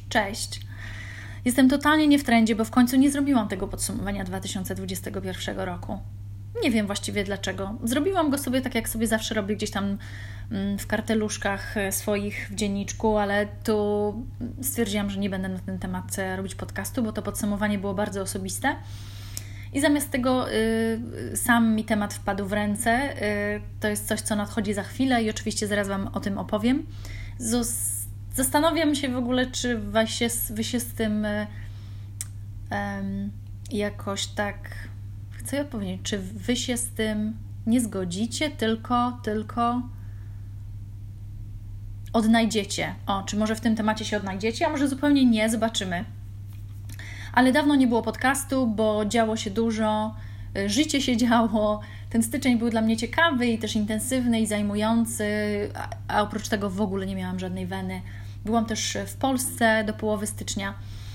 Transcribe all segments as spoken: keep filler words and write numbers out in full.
Cześć! Jestem totalnie nie w trendzie, bo w końcu nie zrobiłam tego podsumowania dwa tysiące dwudziestego pierwszego roku. Nie wiem właściwie dlaczego. Zrobiłam go sobie tak, jak sobie zawsze robię gdzieś tam w karteluszkach swoich w dzienniczku, ale tu stwierdziłam, że nie będę na ten temat robić podcastu, bo to podsumowanie było bardzo osobiste. I zamiast tego y, sam mi temat wpadł w ręce. Y, to jest coś, co nadchodzi za chwilę i oczywiście zaraz Wam o tym opowiem. Zos- zastanawiam się w ogóle, czy wy się, wy się z tym y, y, jakoś tak... Chcę odpowiedzieć, czy Wy się z tym nie zgodzicie, tylko, tylko odnajdziecie. O, czy może w tym temacie się odnajdziecie, a może zupełnie nie, zobaczymy. Ale dawno nie było podcastu, bo działo się dużo, życie się działo. Ten styczeń był dla mnie ciekawy i też intensywny i zajmujący, a, a oprócz tego w ogóle nie miałam żadnej weny. Byłam też w Polsce do połowy stycznia.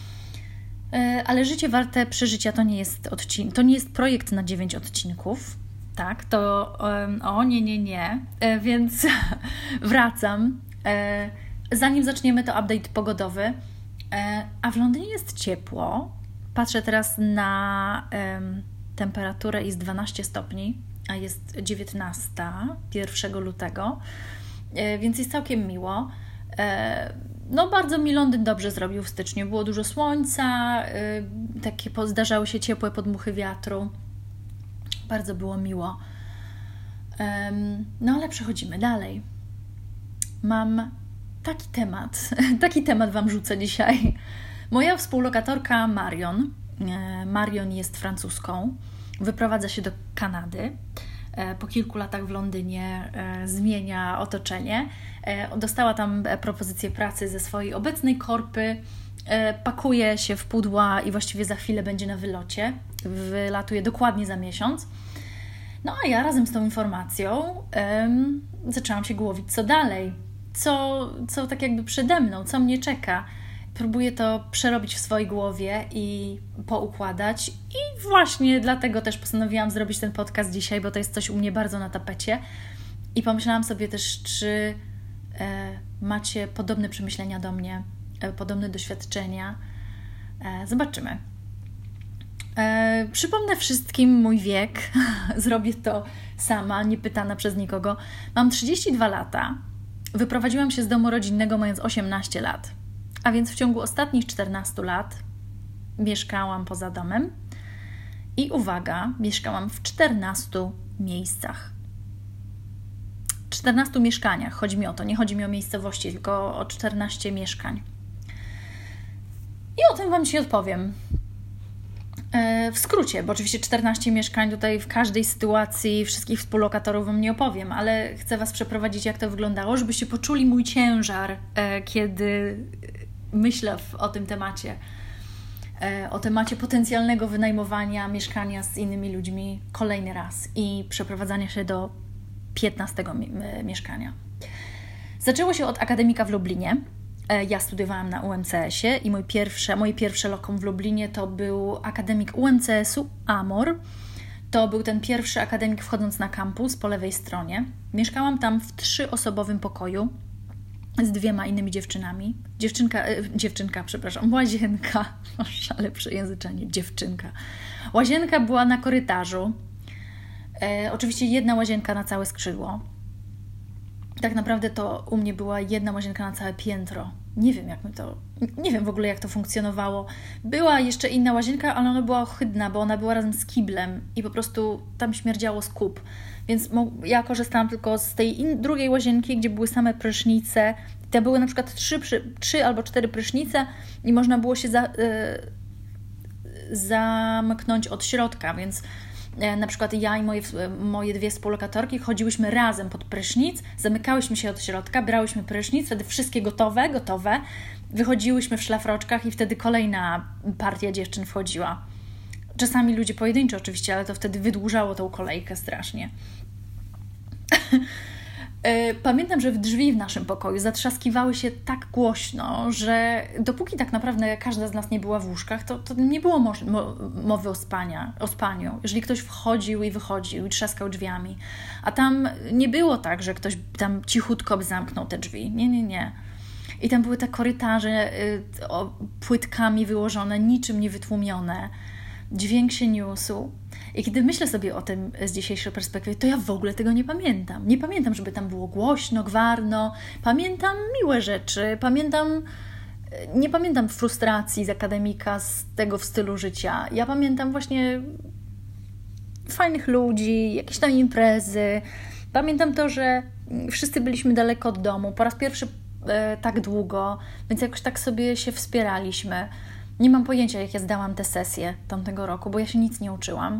Ale życie warte przeżycia to nie jest odcin- to nie jest projekt na dziewięć odcinków. Tak, to o nie, nie, nie. Więc wracam. Zanim zaczniemy, to update pogodowy. A w Londynie jest ciepło. Patrzę teraz na um, temperaturę, jest dwanaście stopni, a jest dziewiętnasta, pierwszego lutego, e, więc jest całkiem miło. E, no bardzo mi Londyn dobrze zrobił w styczniu. Było dużo słońca, e, takie zdarzały się ciepłe podmuchy wiatru. Bardzo było miło. E, no ale przechodzimy dalej. Mam Taki temat, taki temat Wam rzucę dzisiaj. Moja współlokatorka Marion, Marion jest francuską, wyprowadza się do Kanady. Po kilku latach w Londynie zmienia otoczenie. Dostała tam propozycję pracy ze swojej obecnej korpy, pakuje się w pudła i właściwie za chwilę będzie na wylocie. Wylatuje dokładnie za miesiąc. No a ja razem z tą informacją um, zaczęłam się głowić, co dalej. Co, co tak jakby przede mną, co mnie czeka. Próbuję to przerobić w swojej głowie i poukładać. I właśnie dlatego też postanowiłam zrobić ten podcast dzisiaj, bo to jest coś u mnie bardzo na tapecie. I pomyślałam sobie też, czy e, macie podobne przemyślenia do mnie, e, podobne doświadczenia. E, zobaczymy. E, przypomnę wszystkim mój wiek. Zrobię to sama, nie pytana przez nikogo. Mam trzydzieści dwa lata. Wyprowadziłam się z domu rodzinnego mając osiemnaście lat, a więc w ciągu ostatnich czternastu lat mieszkałam poza domem i uwaga, mieszkałam w czternastu miejscach. czternastu mieszkaniach, chodzi mi o to, nie chodzi mi o miejscowości, tylko o czternaście mieszkań. I o tym Wam dzisiaj odpowiem. W skrócie, bo oczywiście czternaście mieszkań tutaj w każdej sytuacji, wszystkich współlokatorów Wam nie opowiem, ale chcę Was przeprowadzić, jak to wyglądało, żebyście poczuli mój ciężar, kiedy myślę o tym temacie, o temacie potencjalnego wynajmowania mieszkania z innymi ludźmi kolejny raz i przeprowadzania się do piętnastego mieszkania. Zaczęło się od akademika w Lublinie. Ja studiowałam na U M C S ie i mój pierwsze, moje pierwsze lokum w Lublinie to był akademik U M C S u Amor. To był ten pierwszy akademik wchodząc na kampus po lewej stronie. Mieszkałam tam w trzyosobowym pokoju z dwiema innymi dziewczynami. Dziewczynka, e, dziewczynka, przepraszam, łazienka. O, szale przejęzyczenie, dziewczynka. Łazienka była na korytarzu. E, oczywiście jedna łazienka na całe skrzydło. Tak naprawdę to u mnie była jedna łazienka na całe piętro. Nie wiem, jak my to... Nie wiem w ogóle, jak to funkcjonowało. Była jeszcze inna łazienka, ale ona była ohydna, bo ona była razem z kiblem i po prostu tam śmierdziało z kup. Więc ja korzystałam tylko z tej in- drugiej łazienki, gdzie były same prysznice. Te były na przykład trzy, przy... trzy albo cztery prysznice i można było się za... yy... zamknąć od środka, więc... Na przykład ja i moje, moje dwie współlokatorki chodziłyśmy razem pod prysznic, zamykałyśmy się od środka, brałyśmy prysznic, wtedy wszystkie gotowe, gotowe, wychodziłyśmy w szlafroczkach i wtedy kolejna partia dziewczyn wchodziła. Czasami ludzie pojedynczy oczywiście, ale to wtedy wydłużało tą kolejkę strasznie. Pamiętam, że w drzwi w naszym pokoju zatrzaskiwały się tak głośno, że dopóki tak naprawdę każda z nas nie była w łóżkach, to, to nie było moż- mo- mowy o, spania, o spaniu. Jeżeli ktoś wchodził i wychodził i trzaskał drzwiami, a tam nie było tak, że ktoś tam cichutko by zamknął te drzwi. Nie, nie, nie. I tam były te korytarze y, o, płytkami wyłożone, niczym nie wytłumione. Dźwięk się niósł. I kiedy myślę sobie o tym z dzisiejszej perspektywy, to ja w ogóle tego nie pamiętam. Nie pamiętam, żeby tam było głośno, gwarno. Pamiętam miłe rzeczy. Pamiętam, nie pamiętam frustracji z akademika, z tego w stylu życia. Ja pamiętam właśnie fajnych ludzi, jakieś tam imprezy. Pamiętam to, że wszyscy byliśmy daleko od domu. Po raz pierwszy e, tak długo, więc jakoś tak sobie się wspieraliśmy. Nie mam pojęcia, jak ja zdałam tę sesję tamtego roku, bo ja się nic nie uczyłam.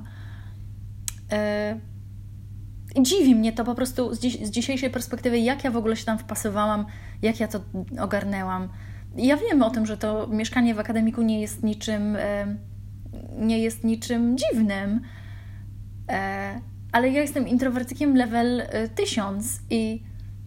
Yy, dziwi mnie to po prostu z, dziś, z dzisiejszej perspektywy, jak ja w ogóle się tam wpasowałam, jak ja to ogarnęłam. Ja wiem o tym, że to mieszkanie w akademiku nie jest niczym, yy, nie jest niczym dziwnym, yy, ale ja jestem introwertykiem level tysiąc i,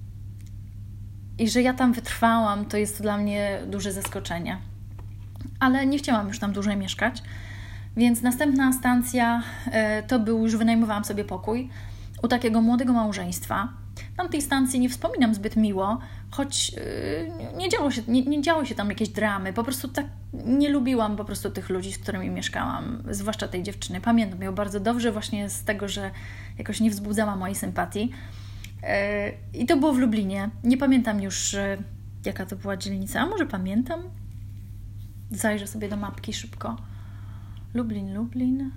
i że ja tam wytrwałam, to jest dla mnie duże zaskoczenie. Ale nie chciałam już tam dłużej mieszkać, więc następna stacja to był, już wynajmowałam sobie pokój u takiego młodego małżeństwa. Tam tej stacji nie wspominam zbyt miło, choć nie działo się, nie, nie działy się tam jakieś dramy, po prostu tak nie lubiłam po prostu tych ludzi, z którymi mieszkałam, zwłaszcza tej dziewczyny. Pamiętam ją bardzo dobrze właśnie z tego, że jakoś nie wzbudzała mojej sympatii. I to było w Lublinie. Nie pamiętam już, jaka to była dzielnica, a może pamiętam? Zajrzę sobie do mapki szybko. Lublin, Lublin.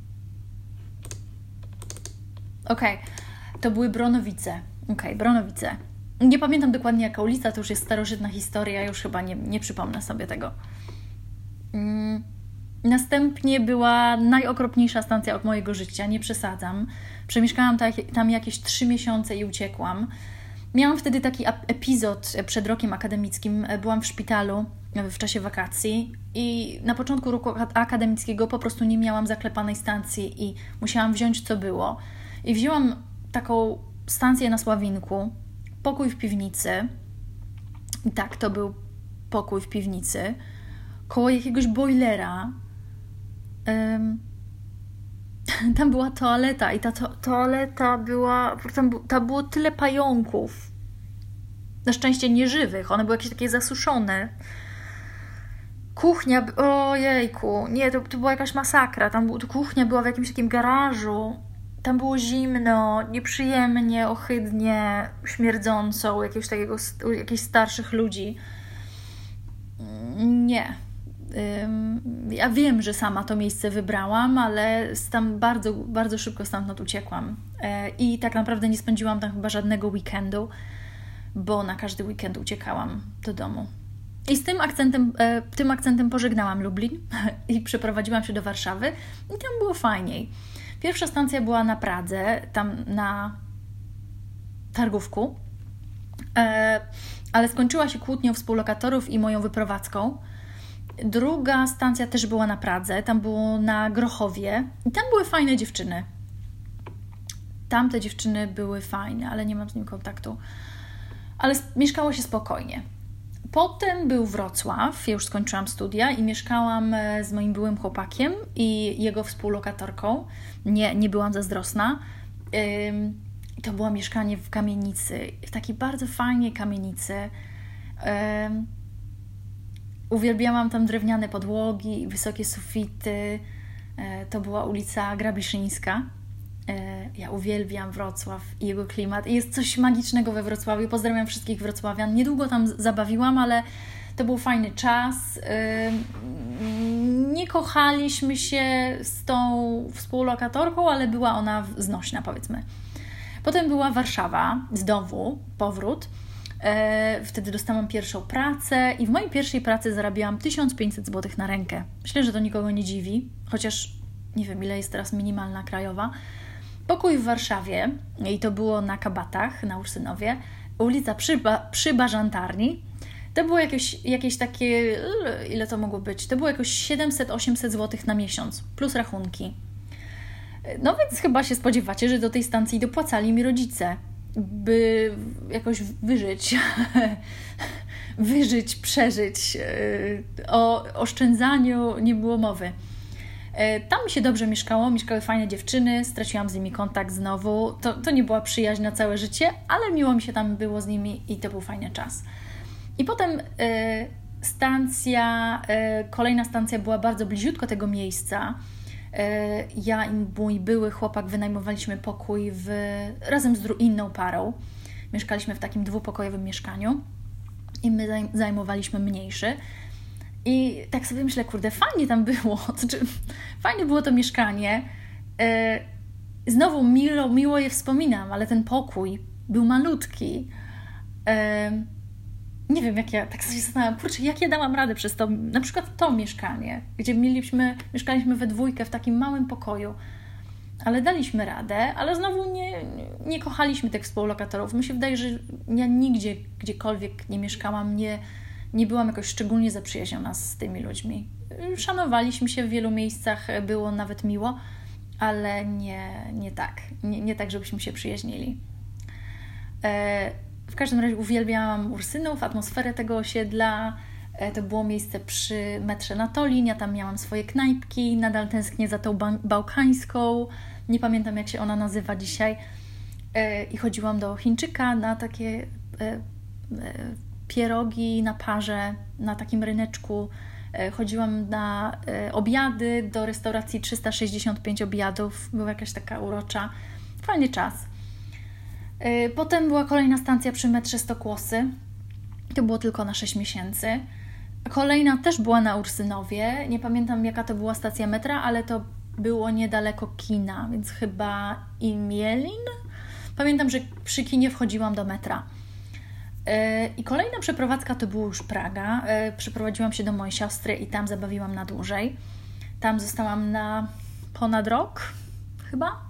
Okej, okay. To były Bronowice. Okej, okay, Bronowice. Nie pamiętam dokładnie jaka ulica, to już jest starożytna historia, już chyba nie, nie przypomnę sobie tego. Mm. Następnie była najokropniejsza stacja od mojego życia, nie przesadzam. Przemieszkałam tam jakieś trzy miesiące i uciekłam. Miałam wtedy taki epizod przed rokiem akademickim. Byłam w szpitalu w czasie wakacji i na początku roku akademickiego po prostu nie miałam zaklepanej stacji i musiałam wziąć co było. I wzięłam taką stację na Sławinku, pokój w piwnicy. I tak, to był pokój w piwnicy, koło jakiegoś bojlera. Um, tam była toaleta i ta to, toaleta była, tam, tam było tyle pająków. Na szczęście nieżywych, one były jakieś takie zasuszone. Kuchnia, ojejku, nie, to, to była jakaś masakra. Tam to kuchnia była w jakimś takim garażu. Tam było zimno, nieprzyjemnie, ohydnie, śmierdząco u jakiegoś takiego, u jakichś starszych ludzi. Nie. Ja wiem, że sama to miejsce wybrałam, ale tam bardzo, bardzo szybko stamtąd uciekłam. I tak naprawdę nie spędziłam tam chyba żadnego weekendu, bo na każdy weekend uciekałam do domu. I z tym akcentem, tym akcentem pożegnałam Lublin i przeprowadziłam się do Warszawy i tam było fajniej. Pierwsza stacja była na Pradze, tam na Targówku, ale skończyła się kłótnią współlokatorów i moją wyprowadzką. Druga stacja też była na Pradze, tam było na Grochowie i tam były fajne dziewczyny. Tamte dziewczyny były fajne, ale nie mam z nim kontaktu. Ale mieszkało się spokojnie. Potem był Wrocław, ja już skończyłam studia i mieszkałam z moim byłym chłopakiem i jego współlokatorką. Nie, nie byłam zazdrosna. I to było mieszkanie w kamienicy, w takiej bardzo fajnej kamienicy. Uwielbiałam tam drewniane podłogi, wysokie sufity. To była ulica Grabiszyńska. Ja uwielbiam Wrocław i jego klimat. I jest coś magicznego we Wrocławiu. Pozdrawiam wszystkich wrocławian. Niedługo tam zabawiłam, ale to był fajny czas. Nie kochaliśmy się z tą współlokatorką, ale była ona znośna, powiedzmy. Potem była Warszawa, znowu powrót. Wtedy dostałam pierwszą pracę i w mojej pierwszej pracy zarabiałam tysiąc pięćset złotych na rękę. Myślę, że to nikogo nie dziwi, chociaż nie wiem, ile jest teraz minimalna krajowa. Pokój w Warszawie i to było na Kabatach, na Ursynowie, ulica przy, ba, przy Bażantarni. To było jakieś, jakieś takie, ile to mogło być? To było jakoś siedemset osiemset złotych na miesiąc, plus rachunki. No więc chyba się spodziewacie, że do tej stacji dopłacali mi rodzice, by jakoś wyżyć, wyżyć, przeżyć. O oszczędzaniu nie było mowy. Tam mi się dobrze mieszkało, mieszkały fajne dziewczyny, straciłam z nimi kontakt znowu. To, to nie była przyjaźń na całe życie, ale miło mi się tam było z nimi i to był fajny czas. I potem y, stacja, y, kolejna stacja była bardzo bliziutko tego miejsca. Y, ja i mój były chłopak wynajmowaliśmy pokój w, razem z inną parą. Mieszkaliśmy w takim dwupokojowym mieszkaniu i my zajmowaliśmy mniejszy. I tak sobie myślę, kurde, fajnie tam było, znaczy, fajnie było to mieszkanie. Yy, znowu miło, miło je wspominam, ale ten pokój był malutki. Yy, nie wiem, jak ja tak sobie zastanawiam, kurczę, jak ja dałam radę przez to, na przykład to mieszkanie, gdzie mieliśmy, mieszkaliśmy we dwójkę w takim małym pokoju, ale daliśmy radę, ale znowu nie, nie kochaliśmy tych współlokatorów. Mi się wydaje, że ja nigdzie, gdziekolwiek nie mieszkałam, nie Nie byłam jakoś szczególnie zaprzyjaźniona z tymi ludźmi. Szanowaliśmy się w wielu miejscach, było nawet miło, ale nie, nie tak. Nie, nie tak, żebyśmy się przyjaźnili. E, w każdym razie uwielbiałam Ursynów, atmosferę tego osiedla. E, to było miejsce przy metrze Natolin. Ja tam miałam swoje knajpki. Nadal tęsknię za tą ba- bałkańską. Nie pamiętam, jak się ona nazywa dzisiaj. E, I chodziłam do Chińczyka na takie... E, e, pierogi na parze, na takim ryneczku. Chodziłam na obiady do restauracji trzysta sześćdziesiąt pięć obiadów. Była jakaś taka urocza. Fajny czas. Potem była kolejna stacja przy metrze Stokłosy. To było tylko na sześć miesięcy. Kolejna też była na Ursynowie. Nie pamiętam, jaka to była stacja metra, ale to było niedaleko kina, więc chyba Imielin. Pamiętam, że przy kinie wchodziłam do metra. I kolejna przeprowadzka to była już Praga. Przeprowadziłam się do mojej siostry i tam zabawiłam na dłużej. Tam zostałam na ponad rok, chyba.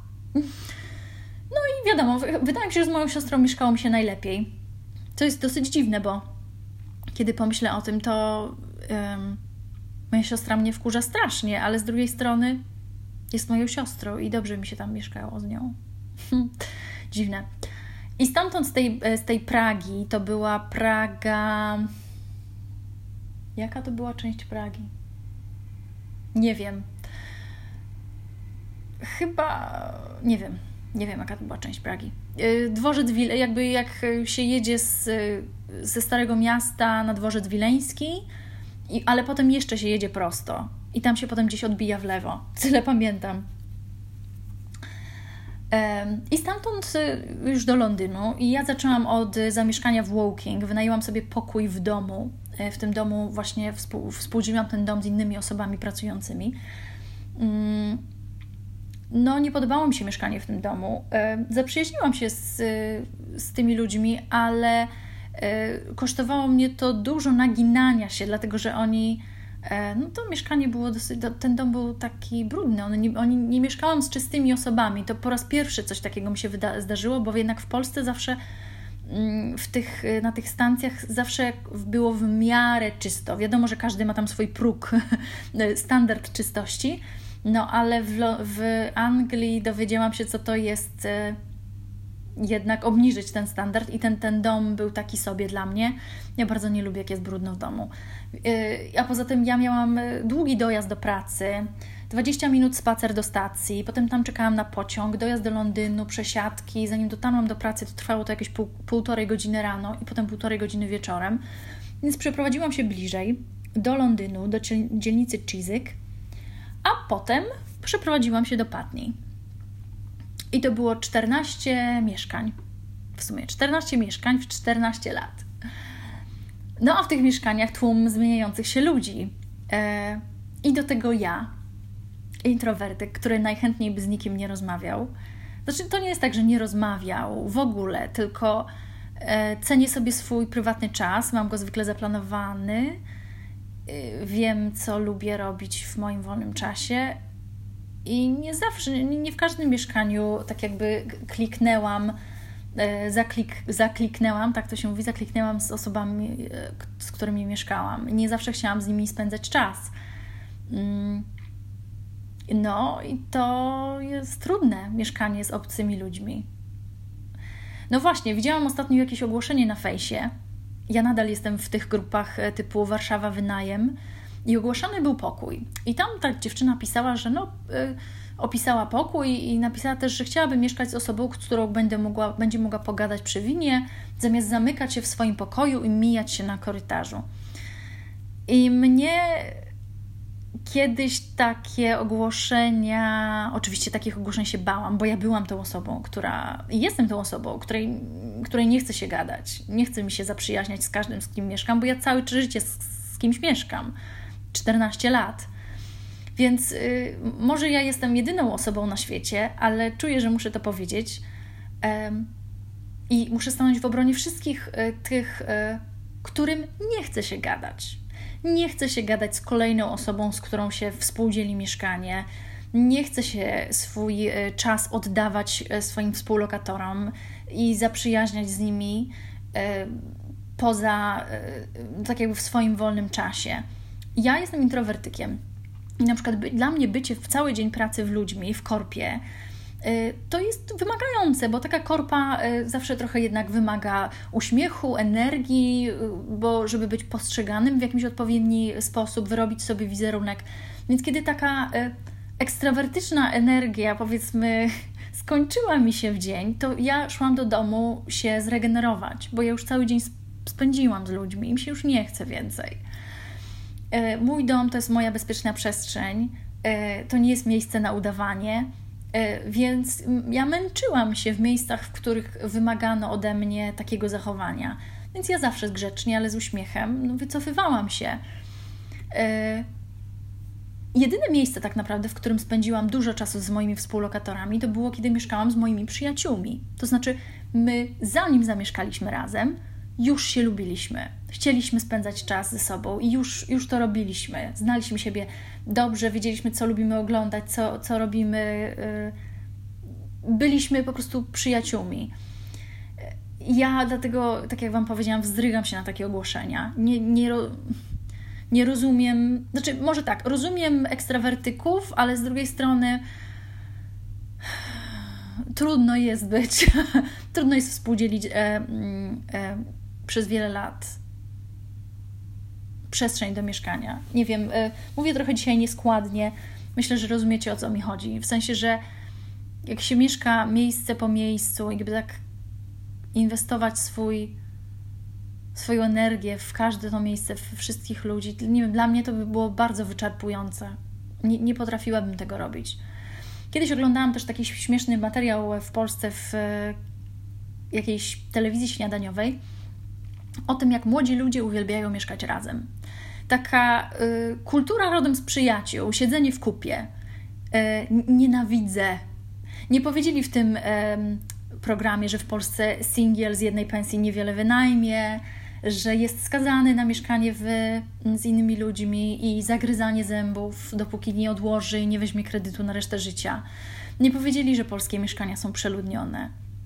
No i wiadomo, wydaje mi się, że z moją siostrą mieszkało mi się najlepiej. Co jest dosyć dziwne, bo kiedy pomyślę o tym, to um, moja siostra mnie wkurza strasznie, ale z drugiej strony jest moją siostrą i dobrze mi się tam mieszkało z nią. Dziwne. I stamtąd z tej, z tej Pragi, to była Praga... Jaka to była część Pragi? Nie wiem. Chyba... Nie wiem. Nie wiem, jaka to była część Pragi. Dworzec Wil... Jakby jak się jedzie z, ze Starego Miasta na Dworzec Wileński, i, ale potem jeszcze się jedzie prosto. I tam się potem gdzieś odbija w lewo. Tyle pamiętam. I stamtąd już do Londynu i ja zaczęłam od zamieszkania w Woking. Wynajęłam sobie pokój w domu. W tym domu właśnie współ, współdzieliłam ten dom z innymi osobami pracującymi. No, nie podobało mi się mieszkanie w tym domu. Zaprzyjaźniłam się z, z tymi ludźmi, ale kosztowało mnie to dużo naginania się, dlatego że oni... No to mieszkanie było dosyć, ten dom był taki brudny, oni nie, oni nie mieszkałam z czystymi osobami, to po raz pierwszy coś takiego mi się wyda- zdarzyło, bo jednak w Polsce zawsze w tych, na tych stacjach zawsze było w miarę czysto. Wiadomo, że każdy ma tam swój próg, standard czystości, no ale w, w Anglii dowiedziałam się, co to jest jednak obniżyć ten standard i ten, ten dom był taki sobie dla mnie. Ja bardzo nie lubię, jak jest brudno w domu. A poza tym ja miałam długi dojazd do pracy, dwadzieścia minut spacer do stacji, potem tam czekałam na pociąg, dojazd do Londynu, przesiadki, zanim dotarłam do pracy, to trwało to jakieś pół, półtorej godziny rano i potem półtorej godziny wieczorem, więc przeprowadziłam się bliżej do Londynu, do dzielnicy Chiswick, a potem przeprowadziłam się do Putney. I to było czternaście mieszkań, w sumie czternaście mieszkań w czternaście lat. No a w tych mieszkaniach tłum zmieniających się ludzi. E, I do tego ja, introwertyk, który najchętniej by z nikim nie rozmawiał. Znaczy to nie jest tak, że nie rozmawiał w ogóle, tylko e, cenię sobie swój prywatny czas, mam go zwykle zaplanowany, e, wiem, co lubię robić w moim wolnym czasie i nie zawsze, nie w każdym mieszkaniu tak jakby kliknęłam, Zaklik, zakliknęłam, tak to się mówi, zakliknęłam z osobami, z którymi mieszkałam. Nie zawsze chciałam z nimi spędzać czas. No i to jest trudne, mieszkanie z obcymi ludźmi. No właśnie, widziałam ostatnio jakieś ogłoszenie na fejsie. Ja nadal jestem w tych grupach typu Warszawa wynajem i ogłoszony był pokój. I tam ta dziewczyna pisała, że no... opisała pokój i napisała też, że chciałaby mieszkać z osobą, z którą będę mogła, będzie mogła pogadać przy winie, zamiast zamykać się w swoim pokoju i mijać się na korytarzu. I mnie kiedyś takie ogłoszenia, oczywiście takich ogłoszeń się bałam, bo ja byłam tą osobą, która, jestem tą osobą, której, której nie chce się gadać, nie chce mi się zaprzyjaźniać z każdym, z kim mieszkam, bo ja całe życie z, z kimś mieszkam, czternaście lat. Więc y, może ja jestem jedyną osobą na świecie, ale czuję, że muszę to powiedzieć y, i muszę stanąć w obronie wszystkich y, tych, y, którym nie chce się gadać. Nie chce się gadać z kolejną osobą, z którą się współdzieli mieszkanie. Nie chce się swój y, czas oddawać y, swoim współlokatorom i zaprzyjaźniać z nimi y, poza, y, tak jakby w swoim wolnym czasie. Ja jestem introwertykiem. I na przykład by, dla mnie bycie w cały dzień pracy w ludźmi, w korpie, y, to jest wymagające, bo taka korpa y, zawsze trochę jednak wymaga uśmiechu, energii, y, bo żeby być postrzeganym w jakimś odpowiedni sposób, wyrobić sobie wizerunek. Więc kiedy taka y, ekstrawertyczna energia, powiedzmy, skończyła mi się w dzień, to ja szłam do domu się zregenerować, bo ja już cały dzień spędziłam z ludźmi i mi się już nie chce więcej. Mój dom to jest moja bezpieczna przestrzeń, to nie jest miejsce na udawanie, więc ja męczyłam się w miejscach, w których wymagano ode mnie takiego zachowania. Więc ja zawsze grzecznie, ale z uśmiechem no, wycofywałam się. Jedyne miejsce tak naprawdę, w którym spędziłam dużo czasu z moimi współlokatorami, to było, kiedy mieszkałam z moimi przyjaciółmi. To znaczy, my zanim zamieszkaliśmy razem, już się lubiliśmy. Chcieliśmy spędzać czas ze sobą i już, już to robiliśmy. Znaliśmy siebie dobrze, wiedzieliśmy, co lubimy oglądać, co, co robimy. Byliśmy po prostu przyjaciółmi. Ja dlatego, tak jak Wam powiedziałam, wzdrygam się na takie ogłoszenia. Nie, nie, nie rozumiem, znaczy może tak, rozumiem ekstrawertyków, ale z drugiej strony trudno jest być, trudno jest współdzielić e, e, przez wiele lat przestrzeń do mieszkania. Nie wiem, e, mówię trochę dzisiaj nieskładnie. Myślę, że rozumiecie, o co mi chodzi. W sensie, że jak się mieszka miejsce po miejscu i jakby tak inwestować swój, swoją energię w każde to miejsce, w wszystkich ludzi, nie wiem, dla mnie to by było bardzo wyczerpujące. Nie, nie potrafiłabym tego robić. Kiedyś oglądałam też taki śmieszny materiał w Polsce w jakiejś telewizji śniadaniowej o tym, jak młodzi ludzie uwielbiają mieszkać razem. Taka y, kultura rodem z przyjaciół, siedzenie w kupie. Y, nienawidzę. Nie powiedzieli w tym y, programie, że w Polsce singiel z jednej pensji niewiele wynajmie, że jest skazany na mieszkanie w, z innymi ludźmi i zagryzanie zębów, dopóki nie odłoży i nie weźmie kredytu na resztę życia. Nie powiedzieli, że polskie mieszkania są przeludnione.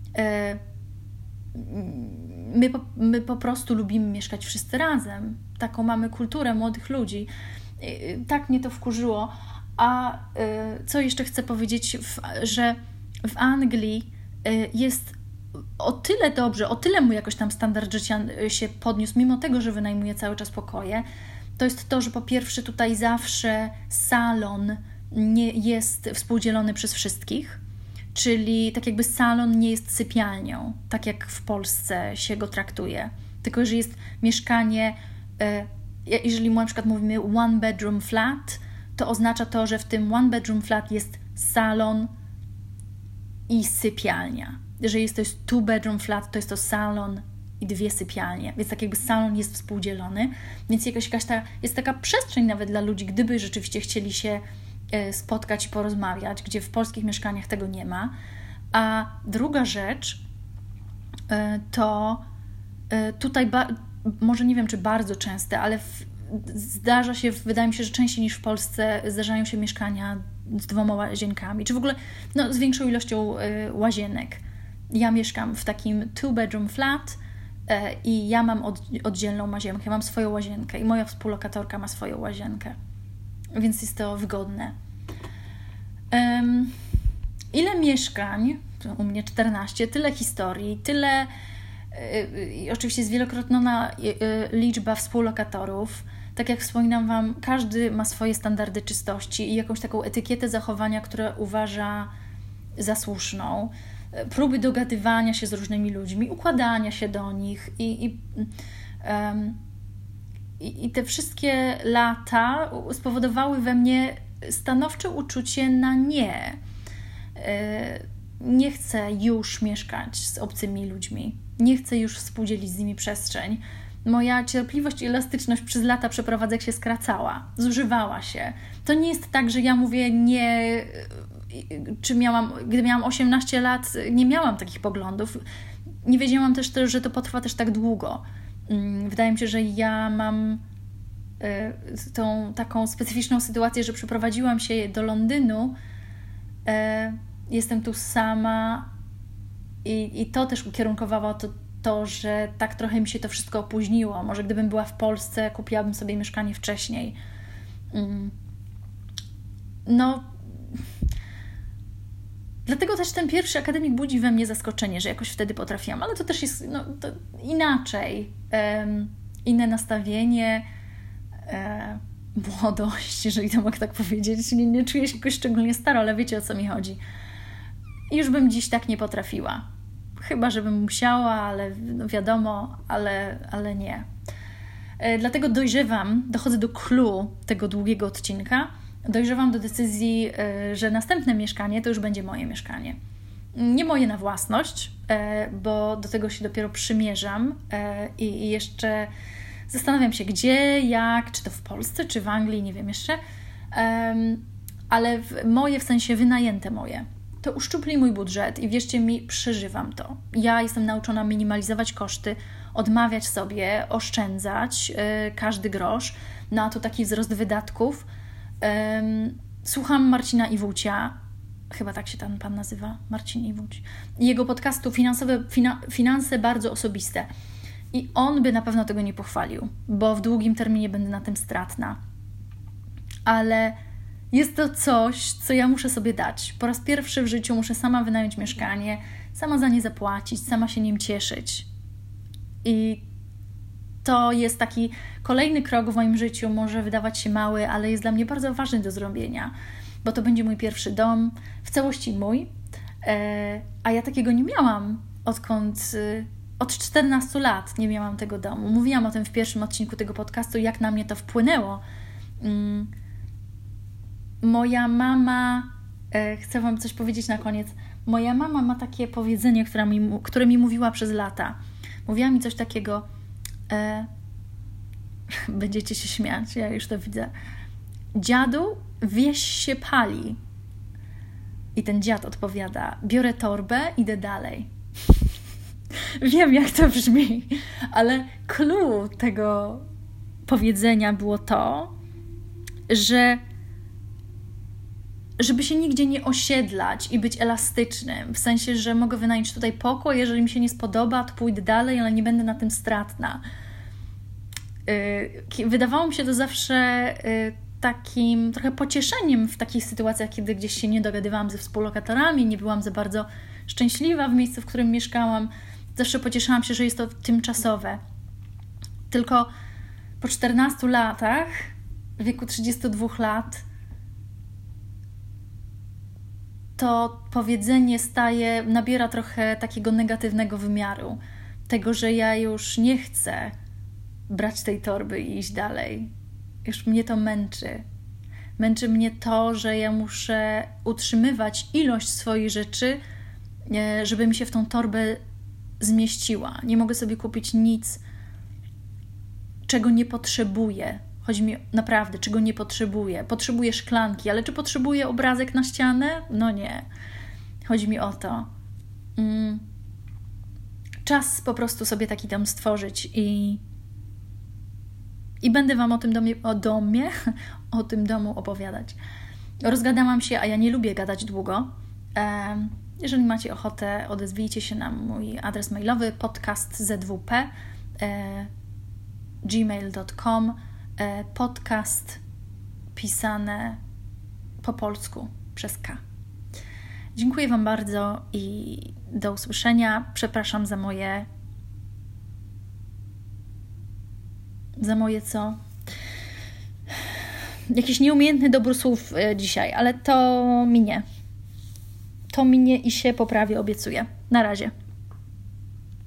My po, my po prostu lubimy mieszkać wszyscy razem. Taką mamy kulturę młodych ludzi. Tak mnie to wkurzyło. A co jeszcze chcę powiedzieć, że w Anglii jest o tyle dobrze, o tyle mu jakoś tam standard życia się podniósł, mimo tego, że wynajmuje cały czas pokoje, to jest to, że po pierwsze tutaj zawsze salon nie jest współdzielony przez wszystkich, czyli tak jakby salon nie jest sypialnią, tak jak w Polsce się go traktuje, tylko że jest mieszkanie, jeżeli na przykład mówimy one bedroom flat, to oznacza to, że w tym one bedroom flat jest salon i sypialnia. Jeżeli jest to jest two bedroom flat, to jest to salon i dwie sypialnie, więc tak jakby salon jest współdzielony, więc jakaś, jakaś ta, jest taka przestrzeń nawet dla ludzi, gdyby rzeczywiście chcieli się spotkać i porozmawiać, gdzie w polskich mieszkaniach tego nie ma. A druga rzecz to tutaj, ba- może nie wiem, czy bardzo częste, ale w, zdarza się, wydaje mi się, że częściej niż w Polsce zdarzają się mieszkania z dwoma łazienkami, czy w ogóle no, z większą ilością y, łazienek. Ja mieszkam w takim two-bedroom flat y, i ja mam od, oddzielną łazienkę, ja mam swoją łazienkę i moja współlokatorka ma swoją łazienkę, więc jest to wygodne. Um, ile mieszkań? U mnie czternaście, tyle historii, tyle y, y, oczywiście zwielokrotniona y, y, liczba współlokatorów, Tak jak wspominam Wam, każdy ma swoje standardy czystości i jakąś taką etykietę zachowania, które uważa za słuszną. Próby dogadywania się z różnymi ludźmi, układania się do nich i, i, um, i, i te wszystkie lata spowodowały we mnie stanowcze uczucie na nie. Nie chcę już mieszkać z obcymi ludźmi. Nie chcę już współdzielić z nimi przestrzeń. Moja cierpliwość i elastyczność przez lata przeprowadzek się skracała, zużywała się. To nie jest tak, że ja mówię nie... Czy miałam, gdy miałam osiemnaście lat, nie miałam takich poglądów. Nie wiedziałam też, że to potrwa też tak długo. Wydaje mi się, że ja mam tą taką specyficzną sytuację, że przeprowadziłam się do Londynu. Jestem tu sama i, i to też ukierunkowało to, to, że tak trochę mi się to wszystko opóźniło. Może gdybym była w Polsce, kupiłabym sobie mieszkanie wcześniej. No... Dlatego też ten pierwszy akademik budzi we mnie zaskoczenie, że jakoś wtedy potrafiłam, ale to też jest no, to inaczej. Um, inne nastawienie, um, młodość, jeżeli to mogę tak powiedzieć. Nie, nie czuję się jakoś szczególnie staro, ale wiecie, o co mi chodzi. I już bym dziś tak nie potrafiła. Chyba, żebym musiała, ale no wiadomo, ale, ale nie. E, dlatego dojrzewam, dochodzę do clou tego długiego odcinka, dojrzewam do decyzji, że następne mieszkanie to już będzie moje mieszkanie. Nie moje na własność, bo do tego się dopiero przymierzam i jeszcze zastanawiam się gdzie, jak, czy to w Polsce, czy w Anglii, nie wiem jeszcze, ale moje w sensie wynajęte moje. To uszczupli mój budżet i wierzcie mi, przeżywam to. Ja jestem nauczona minimalizować koszty, odmawiać sobie, oszczędzać każdy grosz, no a tu taki wzrost wydatków. Um, słucham Marcina Iwucia, chyba tak się ten pan nazywa, Marcin Iwuć, jego podcastu Finansowe, fina, Finanse bardzo osobiste. I on by na pewno tego nie pochwalił, bo w długim terminie będę na tym stratna. Ale jest to coś, co ja muszę sobie dać. Po raz pierwszy w życiu muszę sama wynająć mieszkanie, sama za nie zapłacić, sama się nim cieszyć. I to jest taki kolejny krok w moim życiu, może wydawać się mały, ale jest dla mnie bardzo ważny do zrobienia, bo to będzie mój pierwszy dom, w całości mój, a ja takiego nie miałam, odkąd od czternastu lat nie miałam tego domu. Mówiłam o tym w pierwszym odcinku tego podcastu, jak na mnie to wpłynęło. Moja mama, chcę Wam coś powiedzieć na koniec, moja mama ma takie powiedzenie, które mi, które mi mówiła przez lata. Mówiła mi coś takiego, E, będziecie się śmiać, ja już to widzę. Dziadu, wieś się pali. I ten dziad odpowiada, biorę torbę, idę dalej. Wiem, jak to brzmi, ale clue tego powiedzenia było to, że żeby się nigdzie nie osiedlać i być elastycznym, w sensie, że mogę wynająć tutaj pokój, jeżeli mi się nie spodoba, to pójdę dalej, ale nie będę na tym stratna. Wydawało mi się to zawsze takim trochę pocieszeniem w takich sytuacjach, kiedy gdzieś się nie dogadywałam ze współlokatorami, nie byłam za bardzo szczęśliwa w miejscu, w którym mieszkałam. Zawsze pocieszałam się, że jest to tymczasowe. Tylko po czternastu latach, w wieku trzydziestu dwóch lat, to powiedzenie staje, nabiera trochę takiego negatywnego wymiaru. Tego, że ja już nie chcę brać tej torby i iść dalej. Już mnie to męczy. Męczy mnie to, że ja muszę utrzymywać ilość swoich rzeczy, żeby mi się w tą torbę zmieściła. Nie mogę sobie kupić nic, czego nie potrzebuję. Chodzi mi naprawdę, czego nie potrzebuję. Potrzebuję szklanki, ale czy potrzebuję obrazek na ścianę? No nie. Chodzi mi o to. Mm. Czas po prostu sobie taki dom stworzyć i i będę Wam o tym domie, o domie, o tym domu opowiadać. Rozgadałam się, a ja nie lubię gadać długo. Jeżeli macie ochotę, odezwijcie się na mój adres mailowy podcast z w p gmail kropka com podcast pisane po polsku przez K. Dziękuję Wam bardzo i do usłyszenia. Przepraszam za moje za moje co? jakiś nieumiejętny dobór słów dzisiaj, ale to minie. To minie i się poprawi, obiecuję. Na razie.